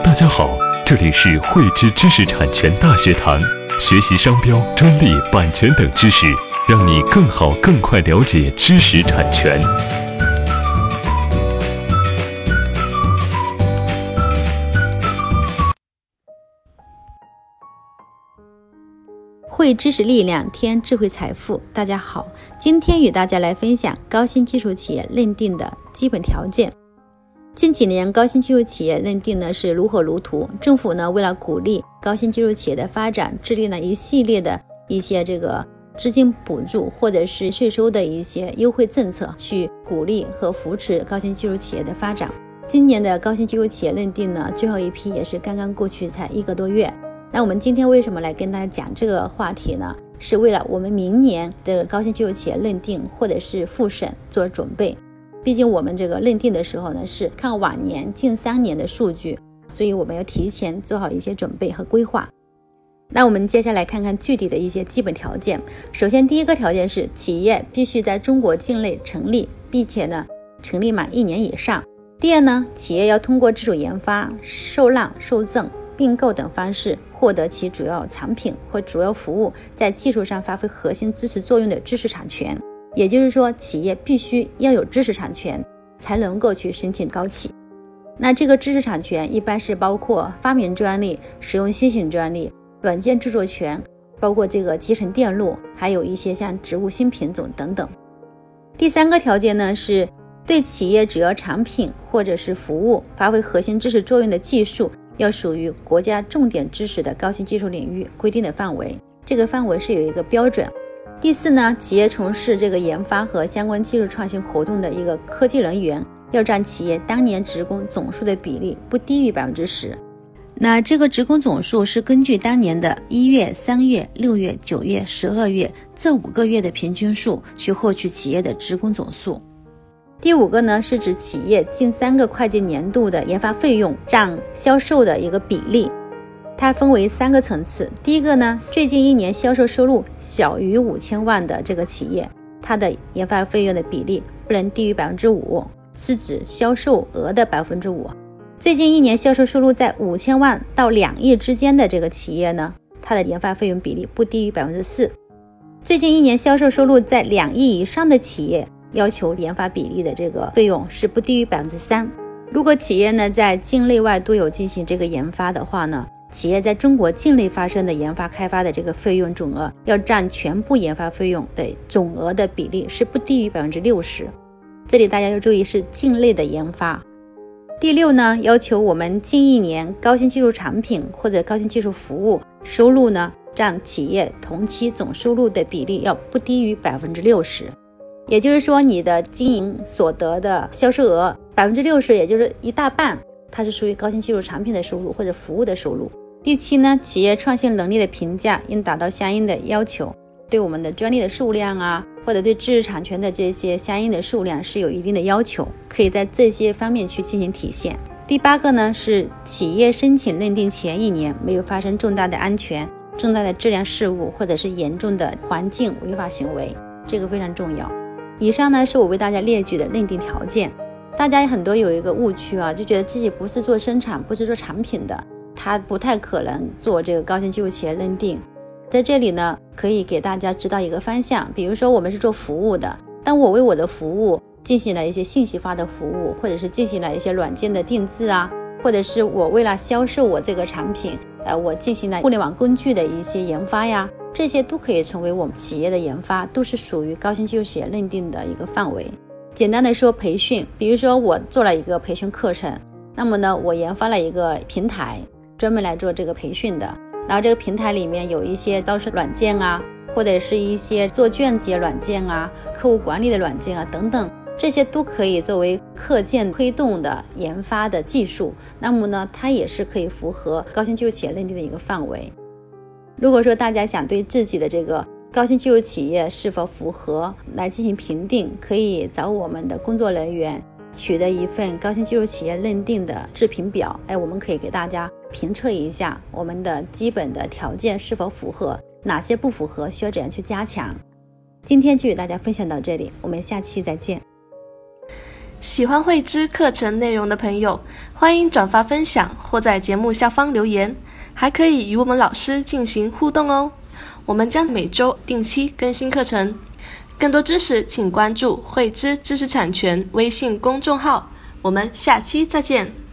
大家好，这里是汇知知识产权大学堂，学习商标、专利、版权等知识，让你更好、更快了解知识产权。 汇知识力量，添智慧财富。大家好，今天与大家来分享高新技术企业认定的基本条件。近几年高新技术企业认定呢是如火如荼，政府呢为了鼓励高新技术企业的发展，制定了一系列的一些资金补助或者是税收的一些优惠政策，去鼓励和扶持高新技术企业的发展。今年的高新技术企业认定呢，最后一批也是刚刚过去才1个多月。那我们今天为什么来跟大家讲这个话题呢？是为了我们明年的高新技术企业认定或者是复审做准备。毕竟我们这个认定的时候呢，是看往年近3年的数据，所以我们要提前做好一些准备和规划。那我们接下来看看具体的一些基本条件。首先第一个条件是企业必须在中国境内成立，并且呢成立满1年以上。第二呢，企业要通过自主研发、受让、受赠、并购等方式获得其主要产品或主要服务在技术上发挥核心支持作用的知识产权。也就是说，企业必须要有知识产权才能够去申请高企。那这个知识产权一般是包括发明专利、使用新型专利、软件制作权，包括这个集成电路，还有一些像植物新品种等等。第三个条件呢，是对企业主要产品或者是服务发挥核心知识作用的技术要属于国家重点知识的高新技术领域规定的范围，这个范围是有一个标准。第四呢，企业从事这个研发和相关技术创新活动的一个科技人员要占企业当年职工总数的比例不低于 10%。 那这个职工总数是根据当年的1月、3月、6月、9月、12月这5个月的平均数去获取企业的职工总数。第5个呢，是指企业近3个会计年度的研发费用占销售的一个比例。它分为3个层次。第一个呢，最近1年销售收入小于5000万的这个企业，它的研发费用的比例不能低于 5%， 是指销售额的 5%。 最近1年销售收入在5000万到2亿之间的这个企业呢，它的研发费用比例不低于 4%。 最近1年销售收入在2亿以上的企业，要求研发比例的这个费用是不低于 3%。 如果企业呢在境内外都有进行这个研发的话呢，企业在中国境内发生的研发开发的这个费用总额要占全部研发费用的总额的比例是不低于 60%。 这里大家要注意是境内的研发。第6呢，要求我们近1年高新技术产品或者高新技术服务收入呢占企业同期总收入的比例要不低于 60%。 也就是说，你的经营所得的销售额 60%， 也就是一大半，它是属于高新技术产品的收入或者服务的收入。第7呢，企业创新能力的评价应达到相应的要求，对我们的专利的数量啊，或者对知识产权的这些相应的数量是有一定的要求，可以在这些方面去进行体现。第8个呢，是企业申请认定前1年没有发生重大的安全、重大的质量事故或者是严重的环境违法行为，这个非常重要。以上呢是我为大家列举的认定条件。大家很多有一个误区啊，就觉得自己不是做生产，不是做产品的，他不太可能做这个高新技术企业认定。在这里呢，可以给大家指导一个方向。比如说我们是做服务的，当我为我的服务进行了一些信息化的服务，或者是进行了一些软件的定制啊，或者是我为了销售我这个产品，我进行了互联网工具的一些研发呀，这些都可以成为我们企业的研发，都是属于高新技术企业认定的一个范围。简单的说，培训，比如说我做了一个培训课程，那么呢，我研发了一个平台，专门来做这个培训的。然后这个平台里面有一些招生软件啊，或者是一些做卷子的软件啊，客户管理的软件啊等等，这些都可以作为课件推动的研发的技术。那么呢，它也是可以符合高新技术企业认定的一个范围。如果说大家想对自己的这个高新技术企业是否符合来进行评定，可以找我们的工作人员取得一份高新技术企业认定的制评表，我们可以给大家评测一下我们的基本的条件是否符合，哪些不符合，需要怎样去加强。今天就与大家分享到这里，我们下期再见。 喜欢慧知课程内容的朋友，欢迎转发分享或在节目下方留言，还可以与我们老师进行互动哦。我们将每周定期更新课程，更多知识请关注慧知知识产权微信公众号。我们下期再见。